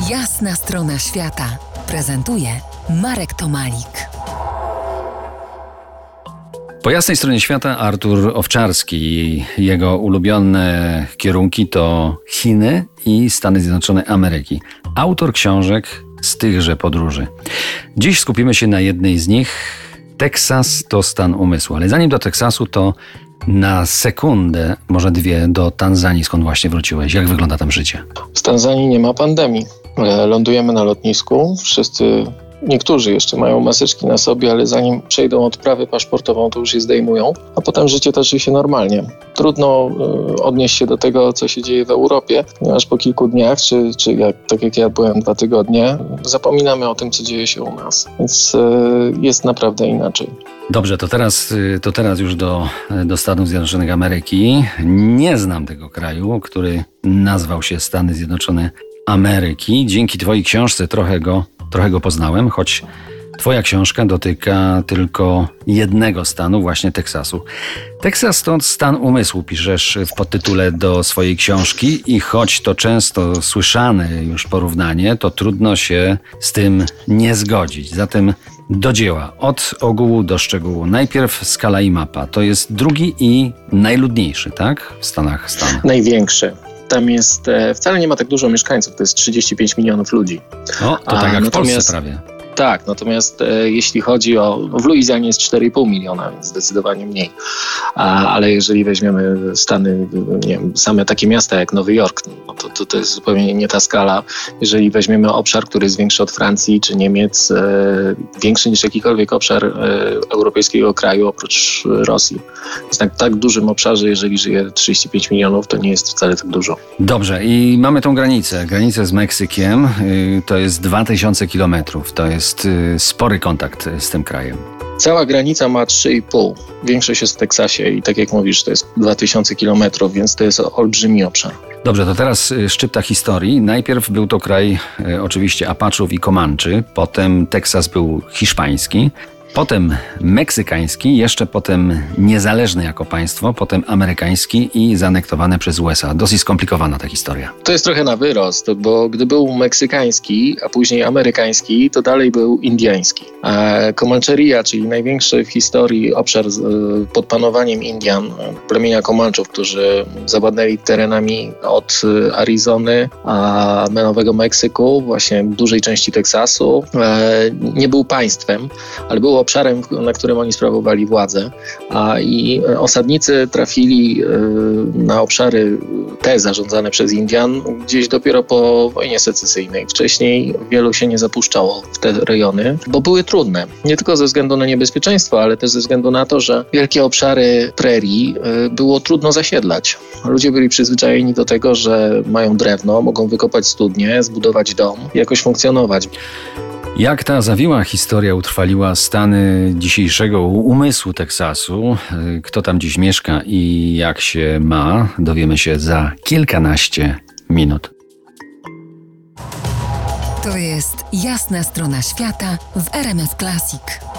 Jasna strona świata prezentuje Marek Tomalik. Po jasnej stronie świata Artur Owczarski. Jego ulubione kierunki to Chiny i Stany Zjednoczone Ameryki. Autor książek z tychże podróży. Dziś skupimy się na jednej z nich. Teksas to stan umysłu. Ale zanim do Teksasu, to na sekundę, może dwie, do Tanzanii, skąd właśnie wróciłeś. Jak wygląda tam życie? W Tanzanii nie ma pandemii. Lądujemy na lotnisku. Niektórzy jeszcze mają maseczki na sobie, ale zanim przejdą odprawę paszportową, to już je zdejmują, a potem życie toczy się normalnie. Trudno odnieść się do tego, co się dzieje w Europie, ponieważ po kilku dniach, tak jak ja byłem 2 tygodnie, zapominamy o tym, co dzieje się u nas. Więc jest naprawdę inaczej. Dobrze, to teraz już do Stanów Zjednoczonych Ameryki. Nie znam tego kraju, który nazwał się Stany Zjednoczone Ameryki. Dzięki twojej książce trochę go poznałem, choć twoja książka dotyka tylko jednego stanu, właśnie Teksasu. Teksas to stan umysłu, piszesz w podtytule do swojej książki i choć to często słyszane już porównanie, to trudno się z tym nie zgodzić. Zatem do dzieła, od ogółu do szczegółu. Najpierw skala i mapa. To jest drugi i najludniejszy, tak? W Stanach stan. Największy. Tam wcale nie ma tak dużo mieszkańców, to jest 35 milionów ludzi. O, to tak jak w Polsce prawie. Tak, natomiast jeśli chodzi w Luizjanie jest 4,5 miliona, więc zdecydowanie mniej. Ale jeżeli weźmiemy Stany, nie wiem, same takie miasta jak Nowy Jork, no to jest zupełnie nie ta skala. Jeżeli weźmiemy obszar, który jest większy od Francji czy Niemiec, większy niż jakikolwiek obszar europejskiego kraju oprócz Rosji. Więc na tak dużym obszarze, jeżeli żyje 35 milionów, to nie jest wcale tak dużo. Dobrze, i mamy tą granicę z Meksykiem. To jest 2000 kilometrów. To jest spory kontakt z tym krajem. Cała granica ma 3,5. Większość jest w Teksasie i tak jak mówisz, to jest 2000 kilometrów, więc to jest olbrzymi obszar. Dobrze, to teraz szczypta historii. Najpierw był to kraj oczywiście Apachów i Komanczy, potem Teksas był hiszpański, potem meksykański, jeszcze potem niezależny jako państwo, potem amerykański i zaanektowane przez USA. Dosyć skomplikowana ta historia. To jest trochę na wyrost, bo gdy był meksykański, a później amerykański, to dalej był indiański. A Comancheria, czyli największy w historii obszar pod panowaniem Indian, plemienia Comanchów, którzy zawładnęli terenami od Arizony a Nowego Meksyku, właśnie dużej części Teksasu, nie był państwem, ale był obszarem, na którym oni sprawowali władzę, i osadnicy trafili na obszary te zarządzane przez Indian gdzieś dopiero po wojnie secesyjnej. Wcześniej wielu się nie zapuszczało w te rejony, bo były trudne. Nie tylko ze względu na niebezpieczeństwo, ale też ze względu na to, że wielkie obszary prerii było trudno zasiedlać. Ludzie byli przyzwyczajeni do tego, że mają drewno, mogą wykopać studnię, zbudować dom i jakoś funkcjonować. Jak ta zawiła historia utrwaliła stany dzisiejszego umysłu Teksasu, kto tam dziś mieszka i jak się ma, dowiemy się za kilkanaście minut. To jest Jasna strona świata w RMF Classic.